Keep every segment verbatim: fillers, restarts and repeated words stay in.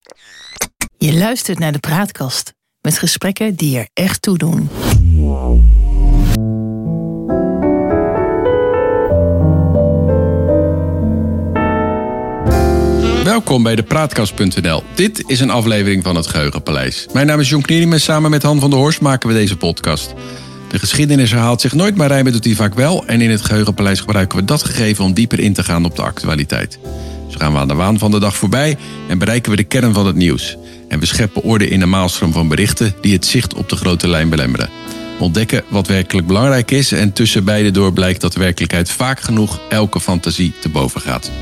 Je luistert naar de Praatkast met gesprekken die er echt toe doen. Welkom bij de Praatkast punt n l. Dit is een aflevering van het Geheugenpaleis. Mijn naam is Jon Knierim en samen met Han van der Horst maken we deze podcast. De geschiedenis herhaalt zich nooit, maar rijmen doet die vaak wel. En in het Geheugenpaleis gebruiken we dat gegeven om dieper in te gaan op de actualiteit. Zo gaan we aan de waan van de dag voorbij en bereiken we de kern van het nieuws. En we scheppen orde in de maalstroom van berichten die het zicht op de grote lijn belemmeren. We ontdekken wat werkelijk belangrijk is en tussen beide door blijkt dat de werkelijkheid vaak genoeg elke fantasie te boven gaat.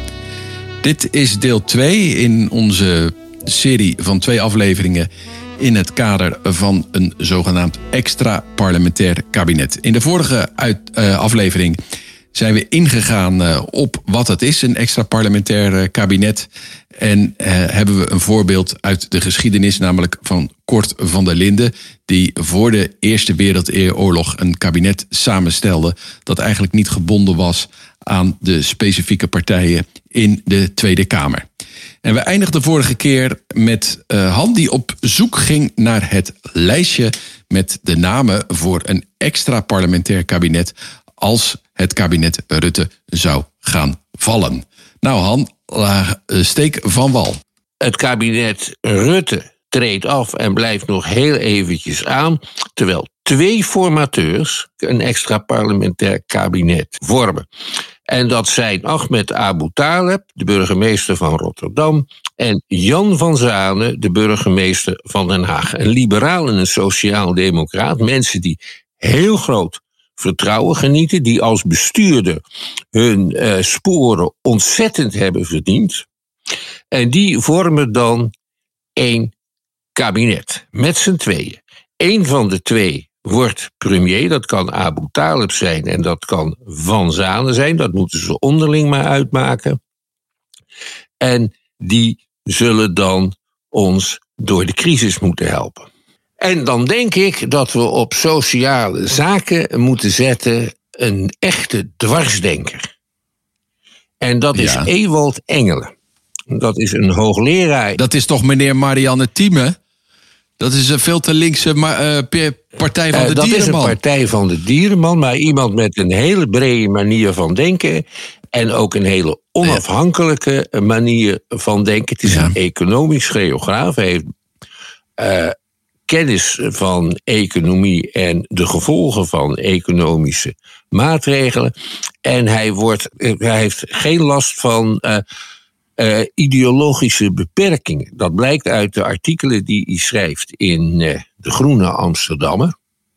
Dit is deel twee in onze serie van twee afleveringen in het kader van een zogenaamd extra parlementair kabinet. In de vorige uit, uh, aflevering zijn we ingegaan uh, op wat het is, een extra parlementair uh, kabinet. En uh, hebben we een voorbeeld uit de geschiedenis, namelijk van Cort van der Linden, die voor de Eerste Wereldoorlog een kabinet samenstelde dat eigenlijk niet gebonden was aan de specifieke partijen in de Tweede Kamer. En we eindigden vorige keer met uh, Han die op zoek ging naar het lijstje met de namen voor een extra parlementair kabinet als het kabinet Rutte zou gaan vallen. Nou Han, uh, steek van wal. Het kabinet Rutte treedt af en blijft nog heel eventjes aan, terwijl twee formateurs een extra parlementair kabinet vormen. En dat zijn Ahmed Abu Taleb, de burgemeester van Rotterdam, en Jan van Zanen, de burgemeester van Den Haag. Een liberaal en een sociaal-democraat, mensen die heel groot vertrouwen genieten, die als bestuurder hun uh, sporen ontzettend hebben verdiend. En die vormen dan één kabinet, met z'n tweeën. Eén van de twee wordt premier, dat kan Abu Taleb zijn en dat kan Van Zanen zijn, dat moeten ze onderling maar uitmaken. En die zullen dan ons door de crisis moeten helpen. En dan denk ik dat we op sociale zaken moeten zetten een echte dwarsdenker. En dat is ja. Ewald Engelen. Dat is een hoogleraar. Dat is toch meneer Marianne Thieme? Dat is een veel te linkse uh, partij van de uh, dat dierenman. Dat is een partij van de dierenman, maar iemand met een hele brede manier van denken en ook een hele onafhankelijke manier van denken. Het is ja. een economisch geograaf. Hij heeft uh, kennis van economie en de gevolgen van economische maatregelen. En hij, wordt, hij heeft geen last van Uh, Uh, ideologische beperkingen. Dat blijkt uit de artikelen die hij schrijft in uh, De Groene Amsterdammer.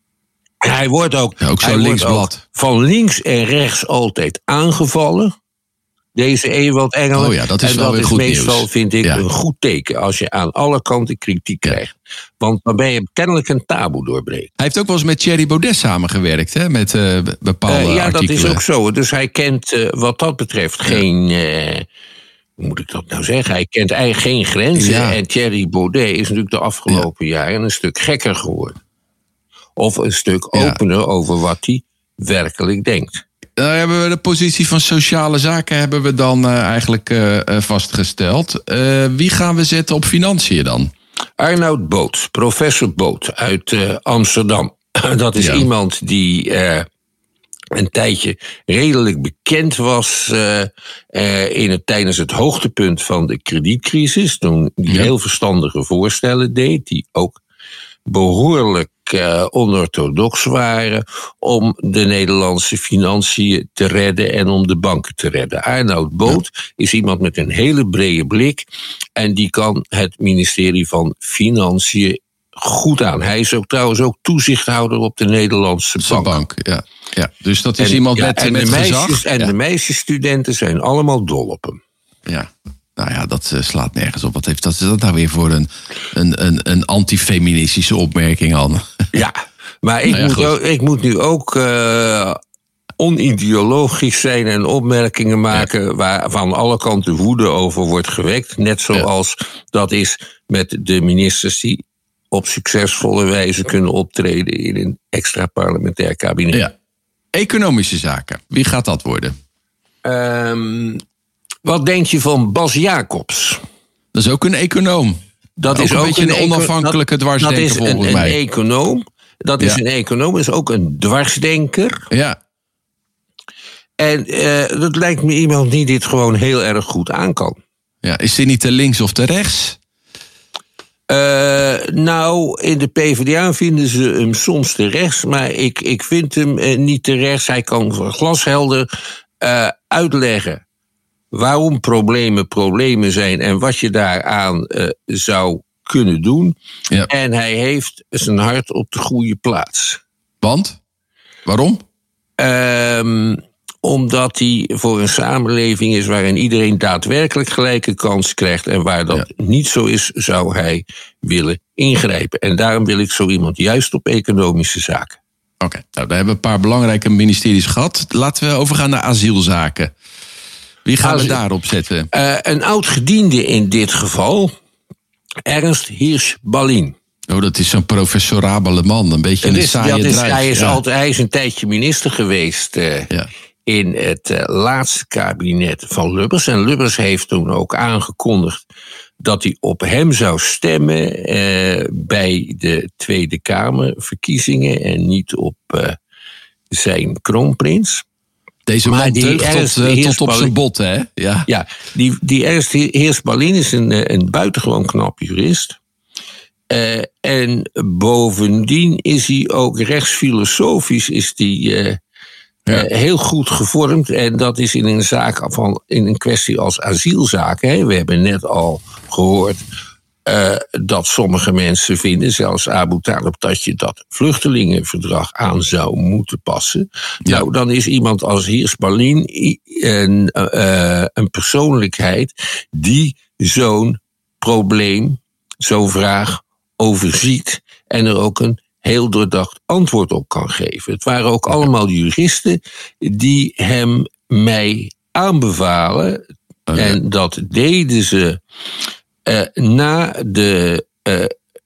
Hij wordt ook, ja, ook zo hij linksblad. wordt ook van links en rechts altijd aangevallen. Deze Ewald Engelen. Oh ja, dat is en wel dat weer is goed meestal, nieuws. vind ik, ja. een goed teken als je aan alle kanten kritiek krijgt. Want dan ben je kennelijk een taboe doorbreken. Hij heeft ook wel eens met Thierry Baudet samengewerkt, hè? Met uh, bepaalde uh, ja, artikelen. Ja, dat is ook zo. Dus hij kent uh, wat dat betreft ja. geen Uh, Hoe moet ik dat nou zeggen? Hij kent eigenlijk geen grenzen. Ja. En Thierry Baudet is natuurlijk de afgelopen ja. jaren een stuk gekker geworden. Of een stuk opener ja. over wat hij werkelijk denkt. Dan hebben we de positie van sociale zaken hebben we dan uh, eigenlijk uh, vastgesteld. Uh, wie gaan we zetten op financiën dan? Arnoud Boot, professor Boot uit uh, Amsterdam. Dat is ja. iemand die Uh, een tijdje redelijk bekend was uh, uh, in het, tijdens het hoogtepunt van de kredietcrisis. Toen die ja. heel verstandige voorstellen deed, die ook behoorlijk uh, onorthodox waren om de Nederlandse financiën te redden en om de banken te redden. Arnoud Boot ja. is iemand met een hele brede blik en die kan het ministerie van Financiën goed aan. Hij is ook trouwens ook toezichthouder op de Nederlandse bank. bank ja. Ja, dus dat is en, iemand ja, met, en met de gezag. Meisjes, en ja. de meisjesstudenten zijn allemaal dol op hem. Ja, nou ja, dat uh, slaat nergens op. Wat heeft dat, is dat nou weer voor een, een, een, een antifeministische opmerking, Anne? Ja, maar ik, nou ja, moet, ook, ik moet nu ook Uh, onideologisch zijn en opmerkingen maken ja. waar van alle kanten woede over wordt gewekt. Net zoals ja. dat is met de ministers die op succesvolle wijze kunnen optreden in een extra parlementair kabinet. Ja. Economische zaken, wie gaat dat worden? Um, wat denk je van Bas Jacobs? Dat is ook een econoom. Dat ook is een ook beetje een eco- onafhankelijke dat, dwarsdenker dat is volgens een, mij. een econoom. Dat is Ja. een econoom, is ook een dwarsdenker. Ja, En uh, dat lijkt me iemand die dit gewoon heel erg goed aan kan. ja. Is dit niet te links of te rechts? Uh, nou, in de PvdA vinden ze hem soms te rechts, maar ik, ik vind hem uh, niet te rechts. Hij kan glashelder uh, uitleggen waarom problemen problemen zijn en wat je daaraan uh, zou kunnen doen. Ja. En hij heeft zijn hart op de goede plaats. Want? Waarom? Um, omdat hij voor een samenleving is waarin iedereen daadwerkelijk gelijke kans krijgt. En waar dat ja. niet zo is, zou hij willen ingrijpen. En daarom wil ik zo iemand juist op economische zaken. Oké, okay, nou, we hebben een paar belangrijke ministeries gehad. Laten we overgaan naar asielzaken. Wie gaan Asiel. we daarop zetten? Uh, een oud-gediende in dit geval, Ernst Hirsch-Ballin. Oh, dat is zo'n professorabele man, een beetje een is, saaie is, druif. Hij is, ja. altijd, hij is een tijdje minister geweest uh, ja. in het uh, laatste kabinet van Lubbers. En Lubbers heeft toen ook aangekondigd dat hij op hem zou stemmen uh, bij de Tweede Kamerverkiezingen en niet op uh, zijn kroonprins. Deze man maar die Ernst tot, uh, tot op zijn bot, hè? Ja, ja die, die Ernst Hirsch-Ballin is een, een buitengewoon knap jurist. Uh, en bovendien is hij ook rechtsfilosofisch is die, uh, ja. uh, heel goed gevormd. En dat is in een zaak van in een kwestie als asielzaken. Hè. We hebben net al gehoord uh, dat sommige mensen vinden, zelfs Abu Talib, dat je dat vluchtelingenverdrag aan zou moeten passen. Ja. Nou, dan is iemand als Hirsch-Ballin een, uh, een persoonlijkheid die zo'n probleem, zo'n vraag overziet en er ook een heel doordacht antwoord op kan geven. Het waren ook allemaal juristen die hem mij aanbevalen. Oh, ja. En dat deden ze uh, na de uh,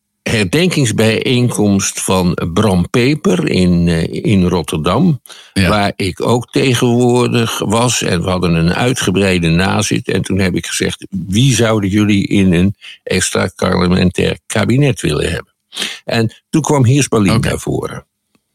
herdenkingsbijeenkomst van Bram Peper in, uh, in Rotterdam. Ja. Waar ik ook tegenwoordig was. En we hadden een uitgebreide nazit. En toen heb ik gezegd, wie zouden jullie in een extra parlementair kabinet willen hebben? En toen kwam Hirsch-Ballin okay. naar voren.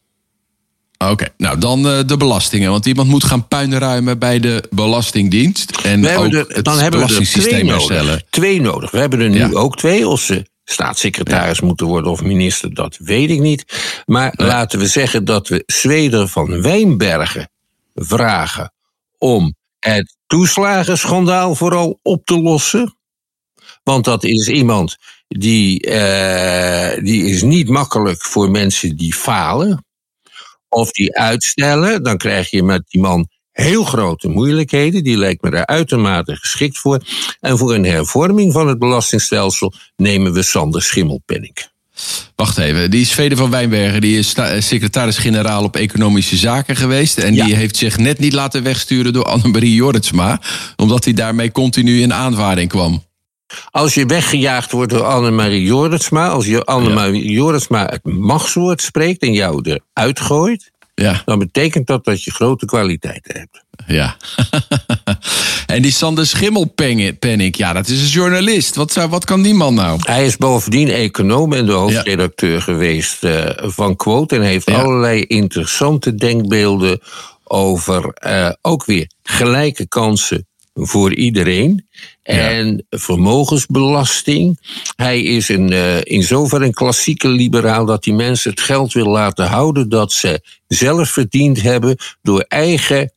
Oké, okay. nou dan uh, de belastingen. Want iemand moet gaan puinruimen bij de Belastingdienst. En we ook er, het dan hebben we er twee nodig. twee nodig. We hebben er nu ja. ook twee. Of ze staatssecretaris ja. moeten worden of minister, dat weet ik niet. Maar ja. laten we zeggen dat we Zweder van Wijnbergen vragen om het toeslagenschandaal vooral op te lossen. Want dat is iemand die, uh, die is niet makkelijk voor mensen die falen of die uitstellen. Dan krijg je met die man heel grote moeilijkheden. Die lijkt me daar uitermate geschikt voor. En voor een hervorming van het belastingstelsel nemen we Sander Schimmelpenninck. Wacht even, die Zweder van Wijnbergen die is secretaris-generaal op Economische Zaken geweest. En ja. die heeft zich net niet laten wegsturen door Annemarie Jorritsma, omdat hij daarmee continu in aanvaring kwam. Als je weggejaagd wordt door Annemarie Jorritsma, als je Annemarie ja. Jorritsma het machtswoord spreekt en jou eruit gooit, ja. dan betekent dat dat je grote kwaliteiten hebt. Ja. En die Sander Schimmelpenninck, ja, dat is een journalist. Wat, zou, wat kan die man nou? Hij is bovendien econoom en de hoofdredacteur ja. geweest uh, van Quote en heeft ja. allerlei interessante denkbeelden over uh, ook weer gelijke kansen voor iedereen. En ja. vermogensbelasting. Hij is een, uh, in zoverre een klassieke liberaal dat die mensen het geld wil laten houden dat ze zelf verdiend hebben door eigen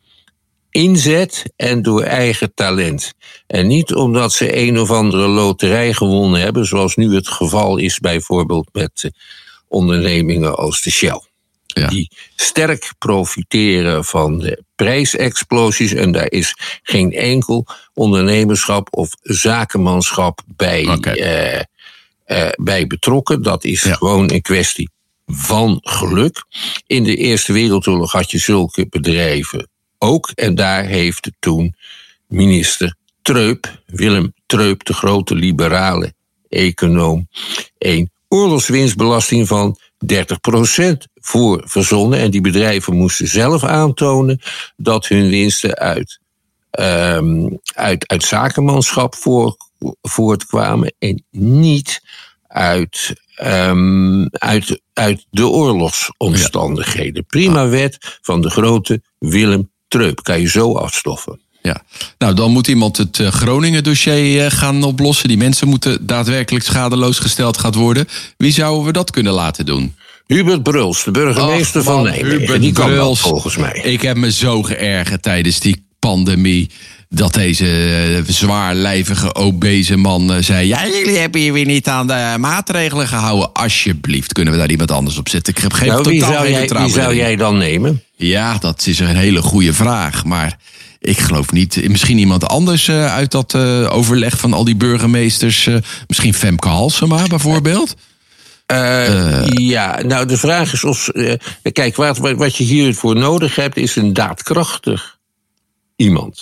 inzet en door eigen talent. En niet omdat ze een of andere loterij gewonnen hebben, zoals nu het geval is bijvoorbeeld met uh, ondernemingen als de Shell. Ja. Die sterk profiteren van de prijsexplosies. En daar is geen enkel ondernemerschap of zakenmanschap bij, okay. uh, uh, bij betrokken. Dat is ja. gewoon een kwestie van geluk. In de Eerste Wereldoorlog had je zulke bedrijven ook. En daar heeft toen minister Treup, Willem Treup, de grote liberale econoom, een oorlogswinstbelasting van dertig procent voor verzonnen. En die bedrijven moesten zelf aantonen dat hun winsten uit, um, uit, uit zakenmanschap voor, voortkwamen en niet uit, um, uit, uit de oorlogsomstandigheden. Prima Ja. wet van de grote Willem Treub. Kan je zo afstoffen. Ja, nou dan moet iemand het uh, Groningen-dossier uh, gaan oplossen. Die mensen moeten daadwerkelijk schadeloos gesteld gaan worden. Wie zouden we dat kunnen laten doen? Hubert Bruls, de burgemeester Ach, van man, Nijmegen. Hubert Die kan dat Bruls. volgens mij. Ik heb me zo geërgerd tijdens die pandemie dat deze uh, zwaarlijvige, obese man uh, zei... ja, jullie hebben je weer niet aan de maatregelen gehouden. Alsjeblieft, kunnen we daar iemand anders op zetten? Ik heb geen Nou, wie totaal zou, geen jij, wie vertrouwen zou erin. jij dan nemen? Ja, dat is een hele goede vraag, maar ik geloof niet. Misschien iemand anders uh, uit dat uh, overleg van al die burgemeesters. Uh, misschien Femke Halsema bijvoorbeeld. Uh, uh, ja, nou de vraag is of... Uh, kijk, wat, wat je hiervoor nodig hebt is een daadkrachtig iemand.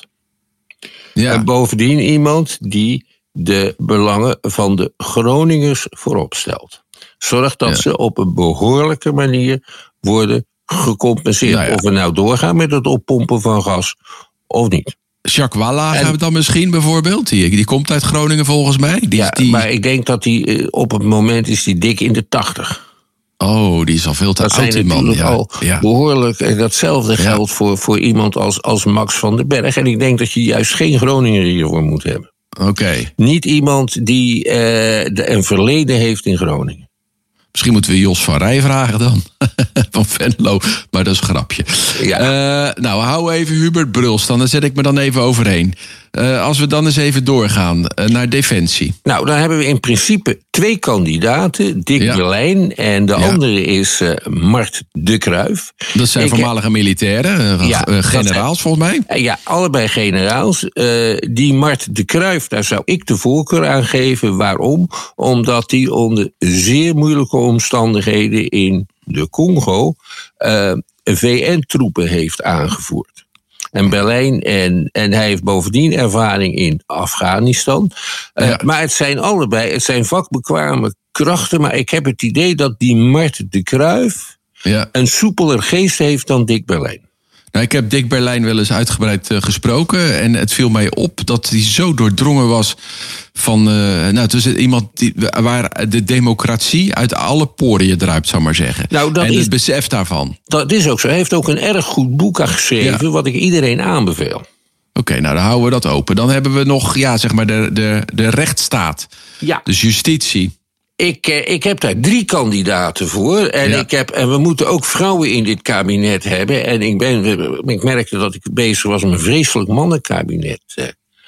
Ja. En bovendien iemand die de belangen van de Groningers voorop stelt. Zorg dat ja. ze op een behoorlijke manier worden gecompenseerd. Nou ja. Of we nou doorgaan met het oppompen van gas of niet. Jacques Wallaga en, dan misschien bijvoorbeeld. Die, die komt uit Groningen volgens mij. Die, ja, die... maar ik denk dat die op het moment is die dik in de tachtig. Oh, die is al veel te dat oud, die man. Dat ja. al ja. behoorlijk. En datzelfde geldt ja. voor, voor iemand als, als Max van den Berg. En ik denk dat je juist geen Groninger hiervoor moet hebben. Oké. Okay. Niet iemand die uh, de, een verleden heeft in Groningen. Misschien moeten we Jos van Rij vragen dan. Van Venlo. Maar dat is een grapje. Ja. Uh, nou, hou even Hubert Bruls dan. Dan zet ik me dan even overheen. Uh, als we dan eens even doorgaan uh, naar Defensie. Nou, dan hebben we in principe twee kandidaten. Dick ja. Berlijn en de ja. andere is uh, Mart de Kruijf. Dat zijn ik, voormalige militairen, uh, ja, uh, generaals zijn, volgens mij. Ja, allebei generaals. Uh, die Mart de Kruijf, daar zou ik de voorkeur aan geven. Waarom? Omdat hij onder zeer moeilijke omstandigheden in de Congo uh, V N-troepen heeft aangevoerd. En Berlijn, en, en hij heeft bovendien ervaring in Afghanistan. Uh, ja. Maar het zijn allebei, het zijn vakbekwame krachten. Maar ik heb het idee dat die Mart de Kruijf ja. een soepeler geest heeft dan Dick Berlijn. Nou, ik heb Dick Berlijn wel eens uitgebreid uh, gesproken. En het viel mij op dat hij zo doordrongen was van... Uh, nou, het is iemand die, waar de democratie uit alle poriën druipt, zou ik maar zeggen. Nou, dat en is, het besef daarvan. Dat is ook zo. Hij heeft ook een erg goed boek geschreven... Ja. wat ik iedereen aanbeveel. Oké, okay, nou dan houden we dat open. Dan hebben we nog, ja, zeg maar, de, de, de rechtsstaat. Ja. Dus justitie. Ik, ik heb daar drie kandidaten voor. En, ja. ik heb, en we moeten ook vrouwen in dit kabinet hebben. En ik, ben, ik merkte dat ik bezig was om een vreselijk mannenkabinet eh,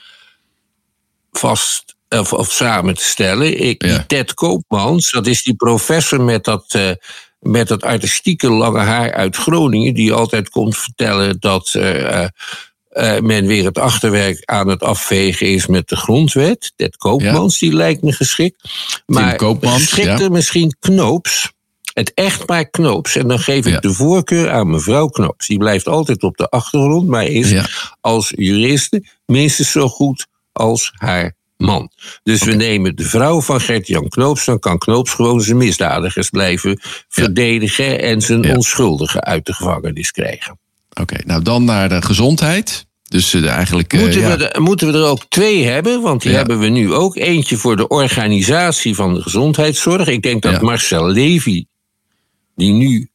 vast of, of samen te stellen. Ik, ja. die Ted Koopmans, dat is die professor met dat, uh, met dat artistieke lange haar uit Groningen... die altijd komt vertellen dat... Uh, Uh, men weer het achterwerk aan het afvegen is met de grondwet. Ted Koopmans, ja. die lijkt me geschikt. Maar geschikter ja. misschien Knoops. Het echtpaar Knoops. En dan geef ik ja. de voorkeur aan mevrouw Knoops. Die blijft altijd op de achtergrond, maar is ja. als juriste minstens zo goed als haar man. Dus okay. we nemen de vrouw van Gert-Jan Knoops... dan kan Knoops gewoon zijn misdadigers blijven ja. verdedigen... en zijn ja. onschuldigen uit de gevangenis krijgen. Oké, okay, nou dan naar de gezondheid. Dus uh, eigenlijk... Uh, moeten, ja. we de, moeten we er ook twee hebben? Want die ja. hebben we nu ook. Eentje voor de organisatie van de gezondheidszorg. Ik denk dat ja. Marcel Levy, die nu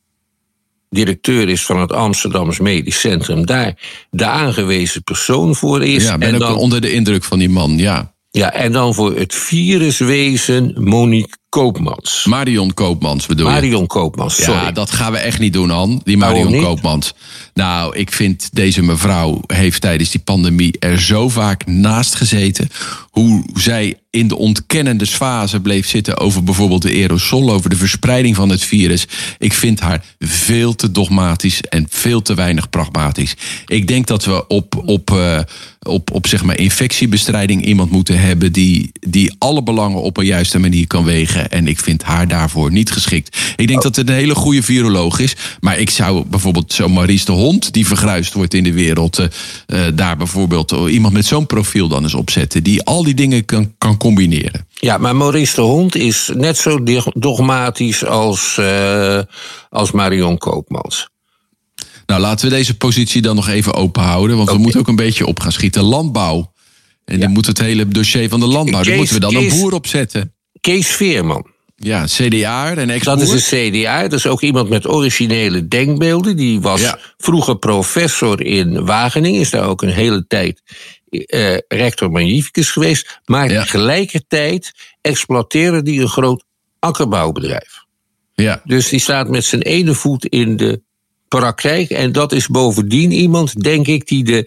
directeur is van het Amsterdams Medisch Centrum... daar de aangewezen persoon voor is. Ja, ben en ook dan, onder de indruk van die man, ja. Ja, en dan voor het viruswezen Monique Koopmans. Marion Koopmans bedoel je? Marion Koopmans, sorry. Ja, dat gaan we echt niet doen, Han, die Marion Koopmans. Nou, ik vind deze mevrouw heeft tijdens die pandemie er zo vaak naast gezeten. Hoe zij in de ontkennende fase bleef zitten over bijvoorbeeld de aerosol, over de verspreiding van het virus. Ik vind haar veel te dogmatisch en veel te weinig pragmatisch. Ik denk dat we op, op, uh, op, op zeg maar infectiebestrijding iemand moeten hebben die, die alle belangen op een juiste manier kan wegen. En ik vind haar daarvoor niet geschikt. Ik denk oh. dat het een hele goede viroloog is. Maar ik zou bijvoorbeeld zo Maurice de Hond, die vergruisd wordt in de wereld, uh, uh, daar bijvoorbeeld iemand met zo'n profiel dan eens opzetten. Die al die dingen kan, kan combineren. Ja, maar Maurice de Hond is net zo dogmatisch als, uh, als Marion Koopmans. Nou, laten we deze positie dan nog even open houden. Want okay. we moeten ook een beetje op gaan schieten. Landbouw. En Ja. dan moet het hele dossier van de landbouw, daar Kees- moeten we dan Kees- een boer op zetten. Kees Veerman. Ja, C D A'er en ex-boer. Dat is een C D A. Dat is ook iemand met originele denkbeelden. Die was Ja. vroeger professor in Wageningen. Is daar ook een hele tijd uh, rector magnificus geweest. Maar Ja. tegelijkertijd exploiteerde die een groot akkerbouwbedrijf. Ja, Dus die staat met zijn ene voet in de praktijk. En dat is bovendien iemand, denk ik, die de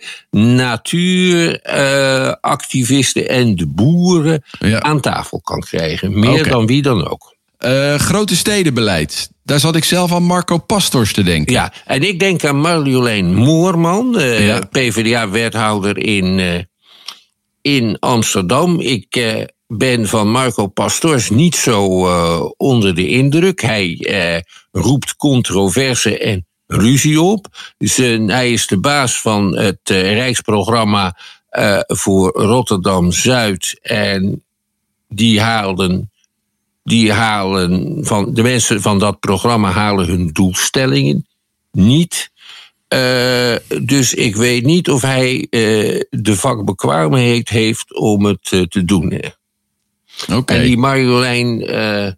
natuuractivisten uh, en de boeren Ja. aan tafel kan krijgen. Meer Oké. dan wie dan ook. Uh, grote stedenbeleid. Daar zat ik zelf aan Marco Pastors te denken. Ja, en ik denk aan Marjolein Moorman, uh, Ja. P v d A-wethouder in, uh, in Amsterdam. Ik uh, ben van Marco Pastors niet zo uh, onder de indruk. Hij uh, roept controverse en ruzie op. Zijn, hij is de baas van het uh, Rijksprogramma uh, voor Rotterdam-Zuid. En die haalden... Die halen van, de mensen van dat programma halen hun doelstellingen niet. Uh, dus ik weet niet of hij uh, de vakbekwaamheid heeft om het uh, te doen. Oké. En die Marjolein uh,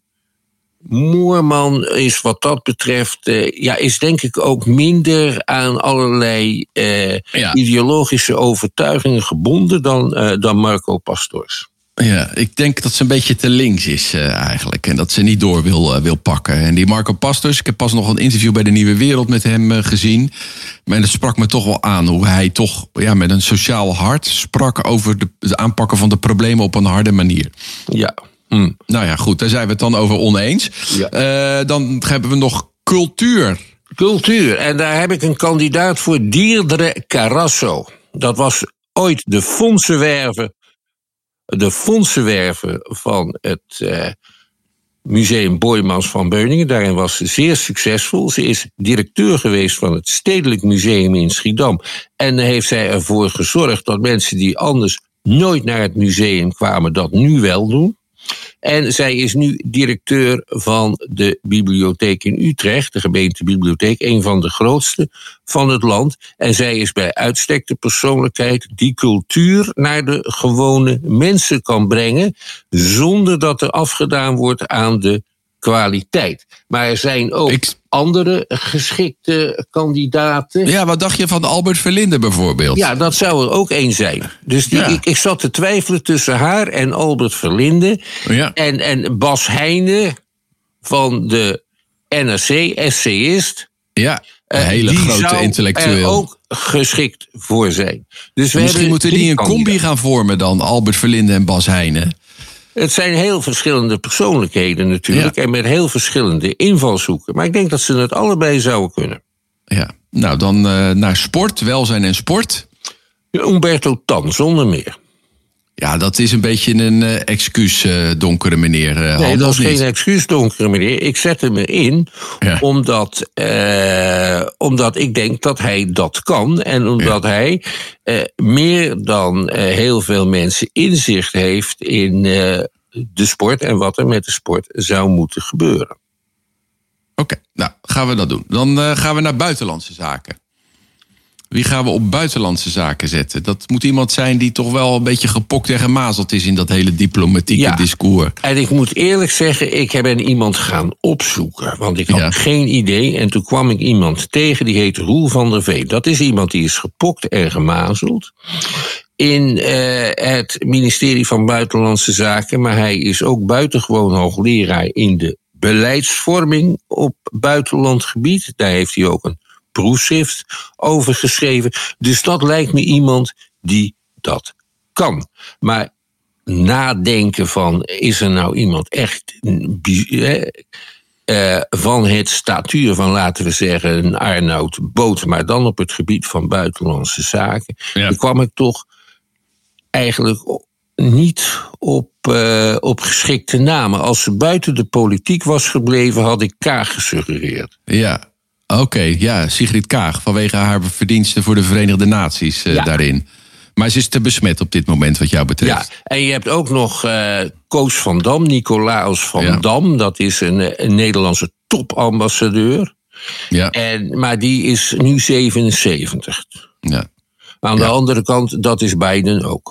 Moorman is wat dat betreft... Uh, ja, is denk ik ook minder aan allerlei uh, Ja. ideologische overtuigingen gebonden dan, uh, dan Marco Pastors. Ja, ik denk dat ze een beetje te links is uh, eigenlijk. En dat ze niet door wil, uh, wil pakken. En die Marco Pastors, ik heb pas nog een interview bij de Nieuwe Wereld met hem uh, gezien. Maar dat sprak me toch wel aan hoe hij toch ja, met een sociaal hart sprak over de, het aanpakken van de problemen op een harde manier. Ja. Hm. Nou ja, goed, daar zijn we het dan over oneens. Ja. Uh, dan hebben we nog cultuur. Cultuur. En daar heb ik een kandidaat voor, Deirdre Carasso. Dat was ooit de fondsenwerver, de fondsenwerver van het uh, Museum Boijmans van Beuningen. Daarin was ze zeer succesvol. Ze is directeur geweest van het Stedelijk Museum in Schiedam. En heeft zij ervoor gezorgd dat mensen die anders nooit naar het museum kwamen, dat nu wel doen. En zij is nu directeur van de bibliotheek in Utrecht, de gemeentebibliotheek, een van de grootste van het land. En zij is bij uitstek de persoonlijkheid die cultuur naar de gewone mensen kan brengen, zonder dat er afgedaan wordt aan de kwaliteit. Maar er zijn ook Ik- andere geschikte kandidaten. Ja, wat dacht je van Albert Verlinde bijvoorbeeld? Ja, dat zou er ook één zijn. Dus die, Ja. ik, ik zat te twijfelen tussen haar en Albert Verlinde. Ja. En, en Bas Heijnen van de N R C, essayist. Ja, een eh, hele die grote zou er intellectueel. ook geschikt voor zijn. Dus we Misschien hebben moeten drie die een combi kandidaten. gaan vormen dan, Albert Verlinde en Bas Heijnen. Het zijn heel verschillende persoonlijkheden natuurlijk. Ja. En met heel verschillende invalshoeken. Maar ik denk dat ze het allebei zouden kunnen. Ja, nou dan uh, naar sport, welzijn en sport. Umberto Tan, zonder meer. Ja, dat is een beetje een uh, excuus, uh, donkere meneer. Uh, Nee, Han, dat of is niet? geen excuus, donkere meneer. Ik zet hem erin Ja. omdat, uh, omdat ik denk dat hij dat kan. En omdat Ja. hij uh, meer dan uh, heel veel mensen inzicht heeft in uh, de sport en wat er met de sport zou moeten gebeuren. Oké, nou gaan we dat doen. Dan uh, gaan we naar buitenlandse zaken. Wie gaan we op buitenlandse zaken zetten? Dat moet iemand zijn die toch wel een beetje gepokt en gemazeld is in dat hele diplomatieke Ja. discours. En ik moet eerlijk zeggen, ik ben iemand gaan opzoeken. Want ik had Ja. geen idee. En toen kwam ik iemand tegen, die heet Roel van der Veen. Dat is iemand die is gepokt en gemazeld in uh, het ministerie van Buitenlandse Zaken. Maar hij is ook buitengewoon hoogleraar in de beleidsvorming op buitenlandgebied. Daar heeft hij ook een proefschrift over geschreven. Dus dat lijkt me iemand die dat kan. Maar nadenken van, is er nou iemand echt uh, van het statuur van, laten we zeggen, een Arnoud Boot, maar dan op het gebied van buitenlandse zaken, Ja. dan kwam ik toch eigenlijk niet op, uh, op geschikte namen. Als ze buiten de politiek was gebleven, had ik Kaag gesuggereerd. Ja, oké. Okay, ja, Sigrid Kaag, vanwege haar verdiensten voor de Verenigde Naties uh, Ja. daarin. Maar ze is te besmet op dit moment wat jou betreft. Ja, en je hebt ook nog uh, Koos van Dam, Nicolaas van Ja. Dam. Dat is een, een Nederlandse topambassadeur. Ja, En, maar die is nu zevenenzeventig. ja. Aan Ja. de andere kant, dat is Biden ook.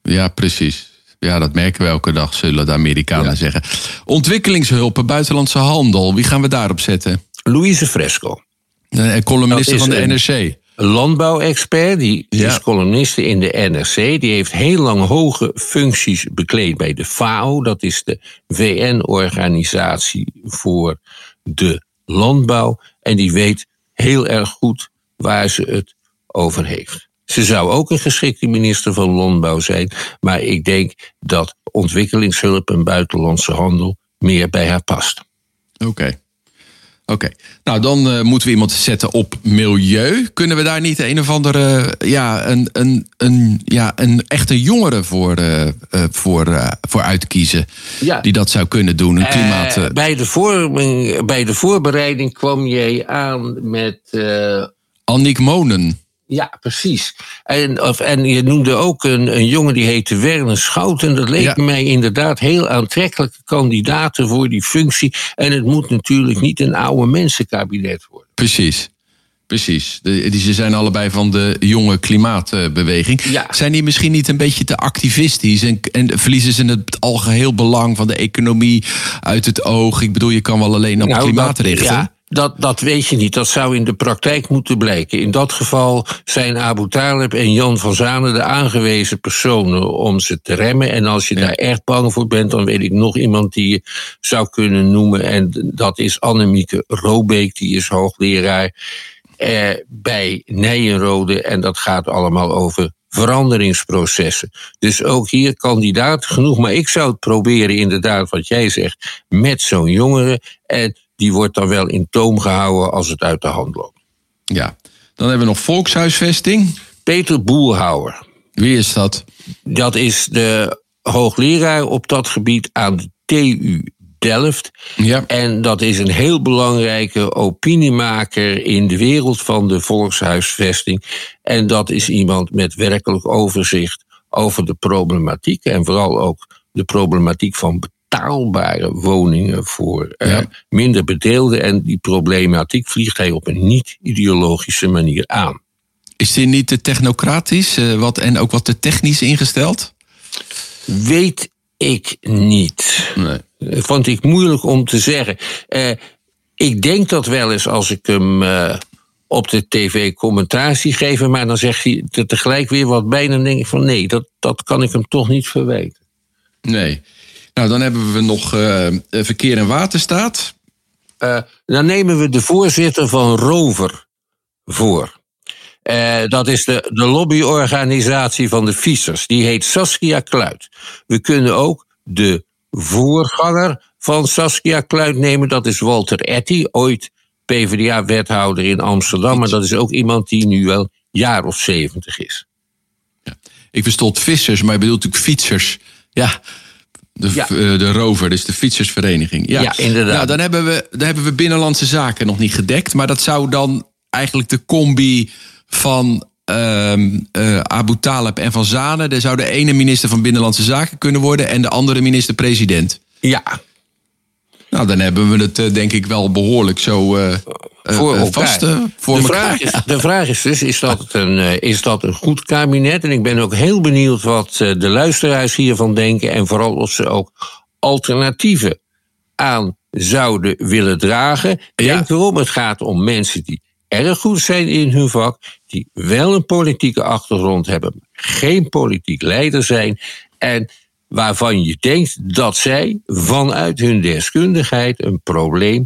Ja, precies. Ja, dat merken we elke dag, zullen de Amerikanen Ja. zeggen. Ontwikkelingshulp, buitenlandse handel. Wie gaan we daarop zetten? Louise Fresco. Een columniste Dat is van de een- N R C. Een landbouwexpert, die Ja. is columniste in de N R C. Die heeft heel lang hoge functies bekleed bij de F A O. Dat is de V N-organisatie voor de landbouw. En die weet heel erg goed waar ze het over heeft. Ze zou ook een geschikte minister van Landbouw zijn. Maar ik denk dat ontwikkelingshulp en buitenlandse handel meer bij haar past. Oké. Okay. Oké. Okay. Nou, dan uh, moeten we iemand zetten op milieu. Kunnen we daar niet een of andere, ja, een, een, een, ja, een echte jongere voor, uh, uh, voor, uh, voor uitkiezen? Ja. Die dat zou kunnen doen, een klimaat... Uh... Uh, bij, de vorming, bij de voorbereiding kwam jij aan met... Uh... Annick Monen. Ja, precies. En, of, en je noemde ook een, een jongen die heette Werner Schouten. Dat leek ja. mij inderdaad heel aantrekkelijke kandidaten voor die functie. En het moet natuurlijk niet een oude mensenkabinet worden. Precies. Precies. De, die, ze zijn allebei van de jonge klimaatbeweging. Ja. Zijn die misschien niet een beetje te activistisch? En, en verliezen ze het algeheel belang van de economie uit het oog? Ik bedoel, je kan wel alleen op nou, klimaat dat, richten. Ja. Dat, dat weet je niet. Dat zou in de praktijk moeten blijken. In dat geval zijn Abu Talib en Jan van Zanen de aangewezen personen om ze te remmen. En als je ja. daar echt bang voor bent, dan weet ik nog iemand die je zou kunnen noemen. En dat is Annemieke Robeek, die is hoogleraar eh, bij Nijenrode. En dat gaat allemaal over veranderingsprocessen. Dus ook hier kandidaat genoeg. Maar ik zou het proberen, inderdaad, wat jij zegt, met zo'n jongere. En die wordt dan wel in toom gehouden als het uit de hand loopt. Ja, dan hebben we nog volkshuisvesting. Peter Boerhouwer. Wie is dat? Dat is de hoogleraar op dat gebied aan de T U Delft. Ja. En dat is een heel belangrijke opiniemaker in de wereld van de volkshuisvesting. En dat is iemand met werkelijk overzicht over de problematiek. En vooral ook de problematiek van betaalbare woningen voor uh, ja. minder bedeelden. En die problematiek vliegt hij op een niet-ideologische manier aan. Is hij niet te technocratisch uh, wat, en ook wat te technisch ingesteld? Weet ik niet. Nee. Vond ik moeilijk om te zeggen. Uh, ik denk dat wel eens als ik hem uh, op de tv commentaar zie geven, maar dan zegt hij er tegelijk weer wat bij. Dan denk ik van nee, dat, dat kan ik hem toch niet verwijten. Nee. Nou, dan hebben we nog uh, Verkeer en Waterstaat. Uh, dan nemen we de voorzitter van Rover voor. Uh, dat is de, de lobbyorganisatie van de fietsers. Die heet Saskia Kluit. We kunnen ook de voorganger van Saskia Kluit nemen. Dat is Walter Etty, ooit P v d A-wethouder in Amsterdam. Maar dat is ook iemand die nu wel een jaar of zeventig is. Ja. Ik verstond vissers, maar je bedoelt natuurlijk fietsers. Ja, de, ja. de Rover, dus de fietsersvereniging. Ja, ja inderdaad. Nou, dan hebben we, dan hebben we Binnenlandse Zaken nog niet gedekt. Maar dat zou dan eigenlijk de combi van uh, uh, Abu Talib en Van Zanen. Er zou de ene minister van Binnenlandse Zaken kunnen worden en de andere minister-president. Ja. Nou, dan hebben we het uh, denk ik wel behoorlijk zo uh, voor uh, vast uh, voor de elkaar. Vraag is, de vraag is dus, is dat, een, uh, is dat een goed kabinet? En ik ben ook heel benieuwd wat uh, de luisteraars hiervan denken. En vooral of ze ook alternatieven aan zouden willen dragen. Ja. Denk erom, het gaat om mensen die erg goed zijn in hun vak, die wel een politieke achtergrond hebben, geen politiek leider zijn en waarvan je denkt dat zij vanuit hun deskundigheid een probleem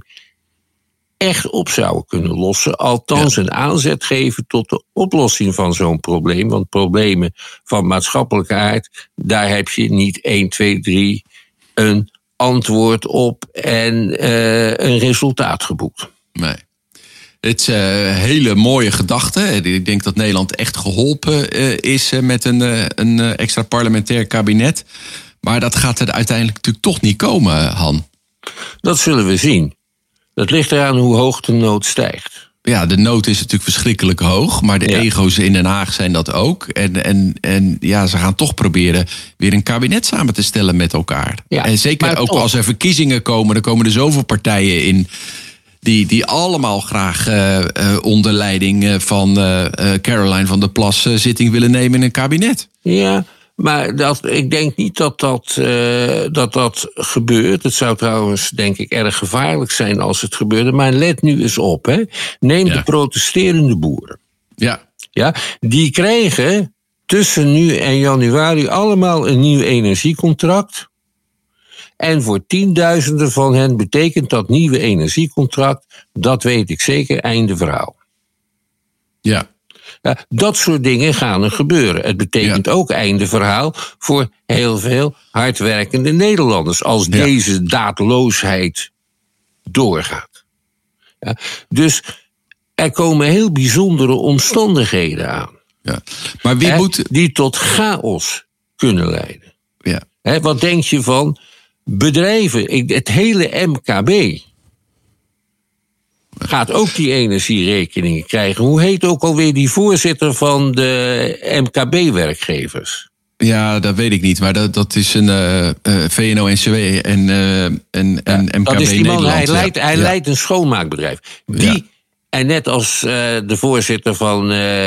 echt op zouden kunnen lossen. Althans, ja. een aanzet geven tot de oplossing van zo'n probleem. Want problemen van maatschappelijke aard, daar heb je niet één, twee, drie een antwoord op en uh, een resultaat geboekt. Nee. Het is een uh, hele mooie gedachte. Ik denk dat Nederland echt geholpen uh, is uh, met een, uh, een uh, extra parlementair kabinet. Maar dat gaat er uiteindelijk natuurlijk toch niet komen, Han. Dat zullen we zien. Dat ligt eraan hoe hoog de nood stijgt. Ja, de nood is natuurlijk verschrikkelijk hoog. Maar de ja. ego's in Den Haag zijn dat ook. En, en, en ja, ze gaan toch proberen weer een kabinet samen te stellen met elkaar. Ja, en zeker ook toch. Als er verkiezingen komen, dan komen er zoveel partijen in Die, die allemaal graag uh, uh, onder leiding van uh, uh, Caroline van der Plas uh, zitting willen nemen in een kabinet. Ja, maar dat, ik denk niet dat dat, uh, dat dat gebeurt. Het zou trouwens, denk ik, erg gevaarlijk zijn als het gebeurde. Maar let nu eens op, hè. Neem ja. de protesterende boeren. Ja. Ja, die krijgen tussen nu en januari allemaal een nieuw energiecontract. En voor tienduizenden van hen betekent dat nieuwe energiecontract, dat weet ik zeker, einde verhaal. Ja. Ja, dat soort dingen gaan er gebeuren. Het betekent ja. ook einde verhaal voor heel veel hardwerkende Nederlanders, als ja. deze daadloosheid doorgaat. Ja, dus er komen heel bijzondere omstandigheden aan. Ja. Maar wie hè, moet... die tot chaos kunnen leiden. Ja. Hè, wat denk je van bedrijven? Het hele M K B gaat ook die energierekeningen krijgen. Hoe heet ook alweer die voorzitter van de M K B-werkgevers? Ja, dat weet ik niet, maar dat, dat is een uh, uh, V N O N C W en, uh, en, en ja, M K B dat is die man, Nederland. Hij, leidt, hij ja. leidt een schoonmaakbedrijf. Die, ja. en net als uh, de voorzitter van uh,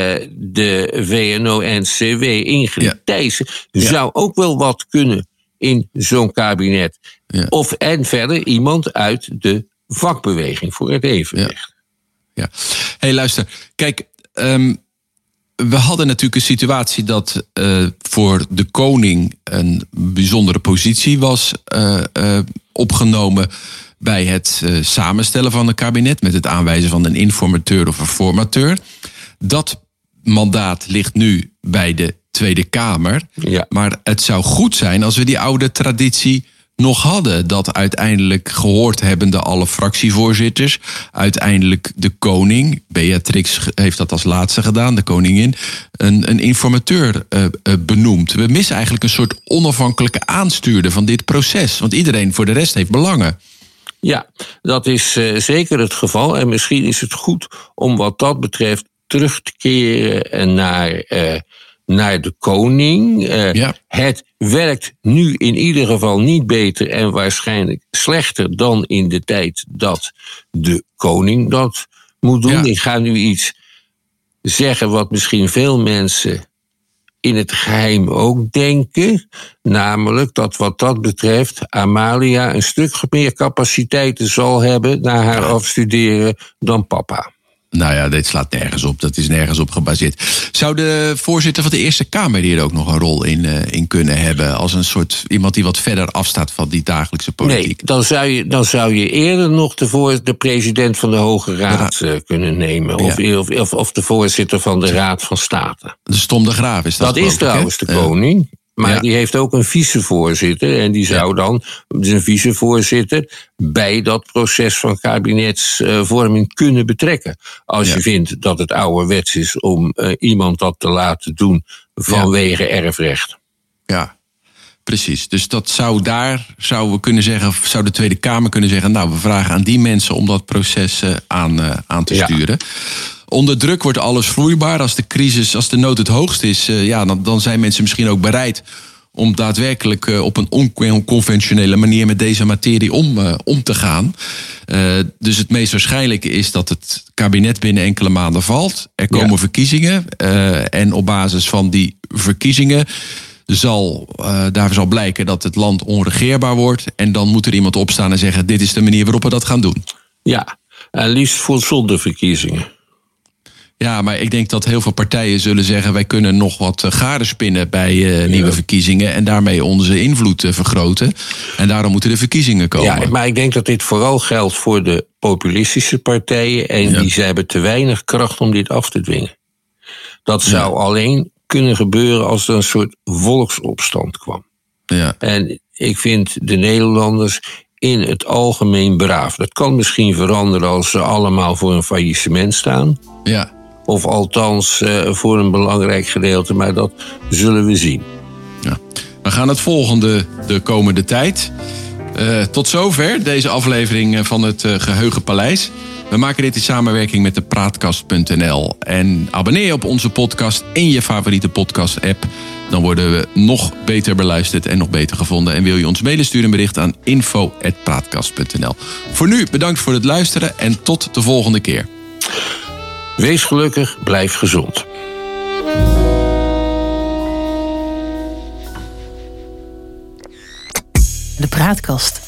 de V N O N C W, Ingrid ja. Thijssen, ja. zou ook wel wat kunnen in zo'n kabinet. Ja. Of en verder iemand uit de vakbeweging voor het evenwicht. Ja. ja. Hé, hey, luister. Kijk, um, we hadden natuurlijk een situatie dat uh, voor de koning een bijzondere positie was uh, uh, opgenomen bij het uh, samenstellen van een kabinet met het aanwijzen van een informateur of een formateur. Dat mandaat ligt nu bij de Tweede Kamer. Ja. Maar het zou goed zijn als we die oude traditie nog hadden, dat uiteindelijk gehoord hebbende alle fractievoorzitters, uiteindelijk de koning, Beatrix heeft dat als laatste gedaan, de koningin, een, een informateur uh, uh, benoemt. We missen eigenlijk een soort onafhankelijke aanstuurder van dit proces, want iedereen voor de rest heeft belangen. Ja, dat is uh, zeker het geval en misschien is het goed om wat dat betreft terug te keren naar Uh, naar de koning. Uh, ja. Het werkt nu in ieder geval niet beter en waarschijnlijk slechter dan in de tijd dat de koning dat moet doen. Ja. Ik ga nu iets zeggen wat misschien veel mensen in het geheim ook denken. Namelijk dat wat dat betreft Amalia een stuk meer capaciteiten zal hebben na haar ja. afstuderen dan papa. Nou ja, dit slaat nergens op. Dat is nergens op gebaseerd. Zou de voorzitter van de Eerste Kamer hier ook nog een rol in, uh, in kunnen hebben? Als een soort iemand die wat verder afstaat van die dagelijkse politiek? Nee, dan zou je, dan zou je eerder nog de, voor, de president van de Hoge Raad uh, kunnen nemen. Of, ja. of, of, of de voorzitter van de Raad van State. De Stom de Graaf is dat. Dat is trouwens de koning. Maar ja. die heeft ook een vicevoorzitter. En die zou dan, zijn vicevoorzitter, bij dat proces van kabinetsvorming kunnen betrekken. Als ja. je vindt dat het ouderwets is om uh, iemand dat te laten doen vanwege ja. erfrecht. Ja, precies. Dus dat zou daar, zouden we kunnen zeggen, zou de Tweede Kamer kunnen zeggen, nou, we vragen aan die mensen om dat proces uh, aan, uh, aan te sturen. Ja. Onder druk wordt alles vloeibaar. Als de crisis, als de nood het hoogst is, uh, ja, dan, dan zijn mensen misschien ook bereid om daadwerkelijk uh, op een onconventionele manier met deze materie om, uh, om te gaan. Uh, dus het meest waarschijnlijke is dat het kabinet binnen enkele maanden valt. Er komen ja. verkiezingen uh, en op basis van die verkiezingen zal, uh, daar zal blijken dat het land onregeerbaar wordt. En dan moet er iemand opstaan en zeggen, dit is de manier waarop we dat gaan doen. Ja, en liefst voor zonder verkiezingen. Ja, maar ik denk dat heel veel partijen zullen zeggen, wij kunnen nog wat garen spinnen bij uh, nieuwe ja. verkiezingen en daarmee onze invloed uh, vergroten. En daarom moeten de verkiezingen komen. Ja, maar ik denk dat dit vooral geldt voor de populistische partijen en ja. die ze hebben te weinig kracht om dit af te dwingen. Dat zou ja. alleen kunnen gebeuren als er een soort volksopstand kwam. Ja. En ik vind de Nederlanders in het algemeen braaf. Dat kan misschien veranderen als ze allemaal voor een faillissement staan. Ja. Of althans uh, voor een belangrijk gedeelte, maar dat zullen we zien. Ja. We gaan het volgende de komende tijd. Uh, tot zover deze aflevering van het uh, Geheugenpaleis. We maken dit in samenwerking met de praatkast punt n l. En abonneer je op onze podcast in je favoriete podcast-app. Dan worden we nog beter beluisterd en nog beter gevonden. En wil je ons mailen, stuur een bericht aan info at praatkast punt n l. Voor nu bedankt voor het luisteren en tot de volgende keer. Wees gelukkig, blijf gezond. De Praatkast.